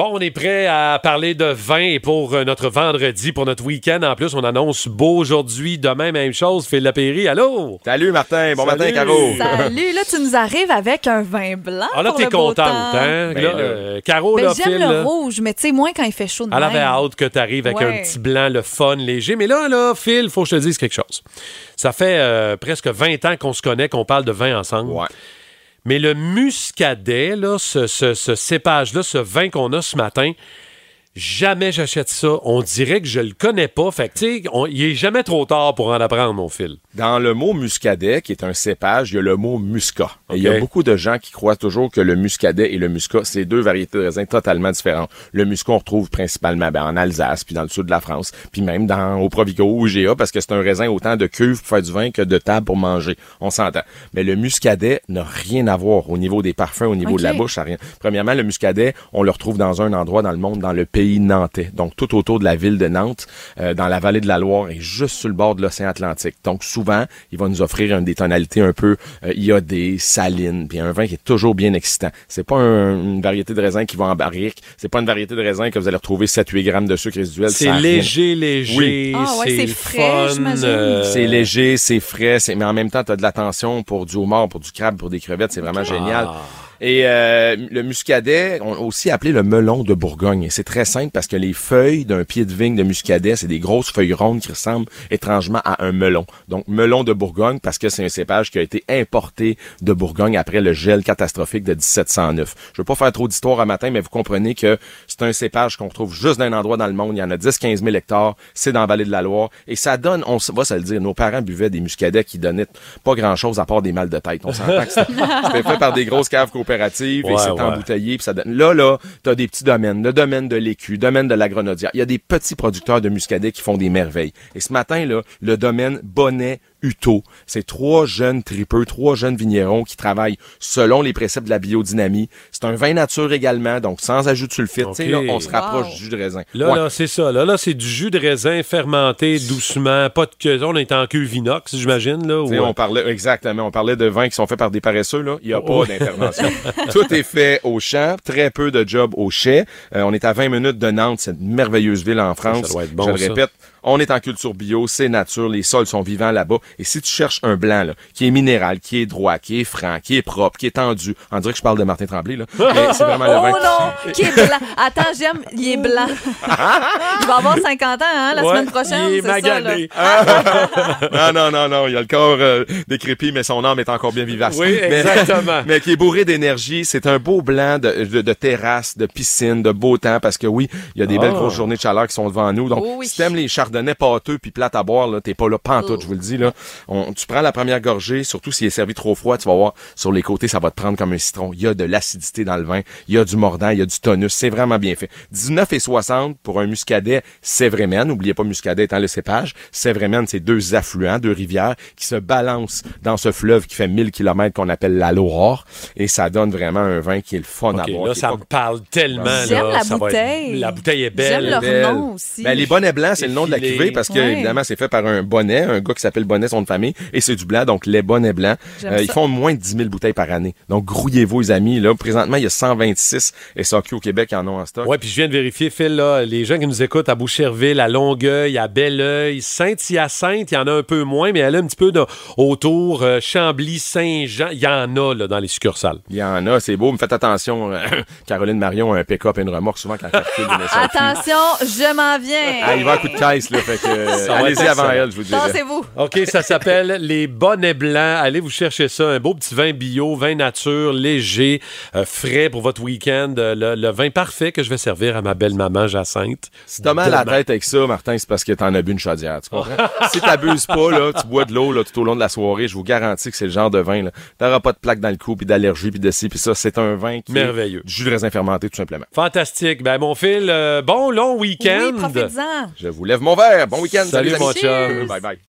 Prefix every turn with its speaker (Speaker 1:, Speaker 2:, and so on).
Speaker 1: Bon, on est prêt à parler de vin pour notre vendredi, pour notre week-end. En plus, on annonce beau aujourd'hui, demain, même chose. Phil Lapéry, allô?
Speaker 2: Salut Martin, bon matin Caro.
Speaker 3: Salut, là tu nous arrives avec un vin blanc.
Speaker 1: Ah là,
Speaker 3: pour
Speaker 1: t'es
Speaker 3: le beau
Speaker 1: contente,
Speaker 3: temps.
Speaker 1: hein?
Speaker 2: Ben
Speaker 1: Là, Caro,
Speaker 3: Ben,
Speaker 1: là,
Speaker 3: j'aime
Speaker 1: Phil,
Speaker 3: le
Speaker 1: là,
Speaker 3: rouge, mais tu sais, moins quand il fait chaud de
Speaker 1: elle
Speaker 3: même.
Speaker 1: avait hâte que t'arrives avec un petit blanc, le fun, léger. Mais là, Phil, faut que je te dise quelque chose. Ça fait presque 20 ans qu'on se connaît, qu'on parle de vin ensemble.
Speaker 2: Ouais.
Speaker 1: Mais le muscadet, là, ce cépage-là, ce vin qu'on a ce matin, jamais j'achète ça. On dirait que je le connais pas. Fait que, tu sais, il est jamais trop tard pour en apprendre, mon Phil.
Speaker 2: Dans le mot muscadet, qui est un cépage, il y a le mot muscat. Et il y
Speaker 1: OK.
Speaker 2: a beaucoup de gens qui croient toujours que le muscadet et le muscat, c'est deux variétés de raisins totalement différentes. Le muscat, on retrouve principalement en Alsace, puis dans le sud de la France, puis même au Provigo ou IGA, parce que c'est un raisin autant de cuve pour faire du vin que de table pour manger. On s'entend. Mais le muscadet n'a rien à voir au niveau des parfums, au niveau de la bouche, ça n'a rien. Premièrement, le muscadet, on le retrouve dans un endroit dans le monde, dans le pays nantais. Donc, tout autour de la ville de Nantes, dans la vallée de la Loire et juste sur le bord de l'océan Atlantique. Donc, souvent, il va nous offrir des tonalités un peu iodées, salines, puis un vin qui est toujours bien excitant. C'est pas une variété de raisin qui va en barrique. C'est pas une variété de raisin que vous allez retrouver 7-8 grammes de sucre résiduel.
Speaker 1: C'est léger.
Speaker 2: Oui.
Speaker 3: Ah ouais, c'est
Speaker 1: le
Speaker 3: frais,
Speaker 1: fun.
Speaker 3: j'imagine.
Speaker 2: C'est léger, c'est frais, mais en même temps, tu as de l'attention pour du homard, pour du crabe, pour des crevettes. C'est vraiment génial. Et le muscadet, on a aussi appelé le melon de Bourgogne. Et c'est très simple parce que les feuilles d'un pied de vigne de muscadet, c'est des grosses feuilles rondes qui ressemblent étrangement à un melon. Donc, melon de Bourgogne parce que c'est un cépage qui a été importé de Bourgogne après le gel catastrophique de 1709. Je veux pas faire trop d'histoire à matin, mais vous comprenez que c'est un cépage qu'on retrouve juste d'un endroit dans le monde. Il y en a 10-15 000 hectares. C'est dans la vallée de la Loire. Et ça donne, on va se le dire, nos parents buvaient des muscadets qui donnaient pas grand-chose à part des mal de tête. On s'entend que c'était fait par des grosses caves coopératives et c'est embouteillé. Puis ça donne. Là, t'as des petits domaines. Le domaine de l'écu, le domaine de la grenadière. Il y a des petits producteurs de muscadet qui font des merveilles. Et ce matin, là, le domaine Bonnet Uto. C'est 3 jeunes tripeux, 3 jeunes vignerons qui travaillent selon les préceptes de la biodynamie. C'est un vin nature également, donc sans ajout de sulfite.
Speaker 1: OK.
Speaker 2: Tu sais, là, on se rapproche du jus de raisin.
Speaker 1: Là, c'est ça. Là, c'est du jus de raisin fermenté doucement. Pas de queue. On est en cuve inox, j'imagine. Là,
Speaker 2: Tu sais, on parlait de vins qui sont faits par des paresseux, là. Il n'y a pas d'intervention. Tout est fait au champ, très peu de job au chai. On est à 20 minutes de Nantes, cette merveilleuse ville en France.
Speaker 1: Ça doit être bon,
Speaker 2: je le répète, on est en culture bio, c'est nature, les sols sont vivants là-bas. Et si tu cherches un blanc là, qui est minéral, qui est droit, qui est franc, qui est propre, qui est tendu, on dirait que je parle de Martin Tremblay, là. Mais c'est vraiment le vin.
Speaker 3: Oh non, qui est blanc. Attends, j'aime, il est blanc. Il va avoir 50 ans, hein, la semaine prochaine.
Speaker 1: Il est
Speaker 3: c'est
Speaker 1: magané.
Speaker 2: Non, il a le corps décrépit, mais son âme est encore bien vivace.
Speaker 1: Oui, exactement.
Speaker 2: Mais qui est bourré d'énergie. C'est un beau blanc de terrasse, de piscine, de beau temps, parce que oui, il y a des belles grosses journées de chaleur qui sont devant nous. Donc,
Speaker 3: oui.
Speaker 2: si t'aimes les chardonnays pâteux puis plates à boire, là, t'es pas là pantoute, je vous le dis, là. Tu prends la première gorgée, surtout s'il est servi trop froid, tu vas voir, sur les côtés, ça va te prendre comme un citron. Il y a de l'acidité dans le vin, il y a du mordant, il y a du tonus. C'est vraiment bien fait. 19,60 pour un muscadet Sévrémen. N'oubliez pas, muscadet étant le cépage. Sévrémen, c'est 2 affluents, 2 rivières qui se balancent dans ce fleuve qui fait 1000 km qu'on appelle la Loire. Et ça donne vraiment un vin qui est le fun à boire.
Speaker 1: Là, ça me parle tellement.
Speaker 3: J'aime
Speaker 1: là,
Speaker 3: la
Speaker 1: ça va
Speaker 3: bouteille.
Speaker 1: La bouteille est belle.
Speaker 3: J'aime
Speaker 2: belle.
Speaker 3: leur nom aussi.
Speaker 2: Ben, les bonnets blancs, c'est le nom de la
Speaker 1: Effilé.
Speaker 2: cuvée parce que,
Speaker 3: Ouais.
Speaker 2: évidemment, c'est fait par un bonnet, un gars qui s'appelle Bonnet, son de famille, et c'est du blanc, donc les bonnets blancs.
Speaker 3: J'aime
Speaker 2: Ils
Speaker 3: ça.
Speaker 2: font moins de 10 000 bouteilles par année. Donc, grouillez-vous, les amis. Là, présentement, il y a 126 SAQ au Québec qui en ont en stock.
Speaker 1: Ouais, puis je viens de vérifier, Phil, là, les gens qui nous écoutent à Boucherville, à Longueuil, à Belleuil, Saint-Hyacinthe, il y en a un peu moins, mais elle a un petit peu autour, Chambly, Saint-Jean, il y en a là, dans les succursales.
Speaker 2: Il y en a, c'est beau. Mais faites attention, Caroline Marion a un pick-up et une remorque souvent quand elle recule une SAQ.
Speaker 3: Attention, je m'en viens.
Speaker 2: Ah, il va à coup de caisse, là. Fait que,
Speaker 1: Ça va
Speaker 2: allez-y
Speaker 1: être
Speaker 2: avant
Speaker 1: excellent.
Speaker 2: elle, je vous dirais.
Speaker 3: Pensez-vous.
Speaker 1: OK, ça s'appelle les bonnets blancs. Allez vous chercher ça. Un beau petit vin bio, vin nature, léger, frais pour votre week-end. Le vin parfait que je vais servir à ma belle-maman Jacinthe.
Speaker 2: Si t'as mal à la
Speaker 1: Demain.
Speaker 2: tête avec ça, Martin, c'est parce que t'en as bu une chaudière, tu comprends? Si t'abuses pas, là, tu bois de l'eau, là, tout au long de la soirée, je vous garantis que c'est le genre de vin, là. T'auras pas de plaques dans le cou, puis d'allergie, puis de ci, puis ça. C'est un vin qui
Speaker 1: Merveilleux.
Speaker 2: est du jus de raisin fermenté, tout simplement.
Speaker 1: Fantastique. Ben, mon Phil, bon long week-end.
Speaker 3: Oui, profite-en.
Speaker 2: Je vous lève mon verre. Bon week-end.
Speaker 1: Salut,
Speaker 2: les amis.
Speaker 1: mon chum.
Speaker 2: Bye bye.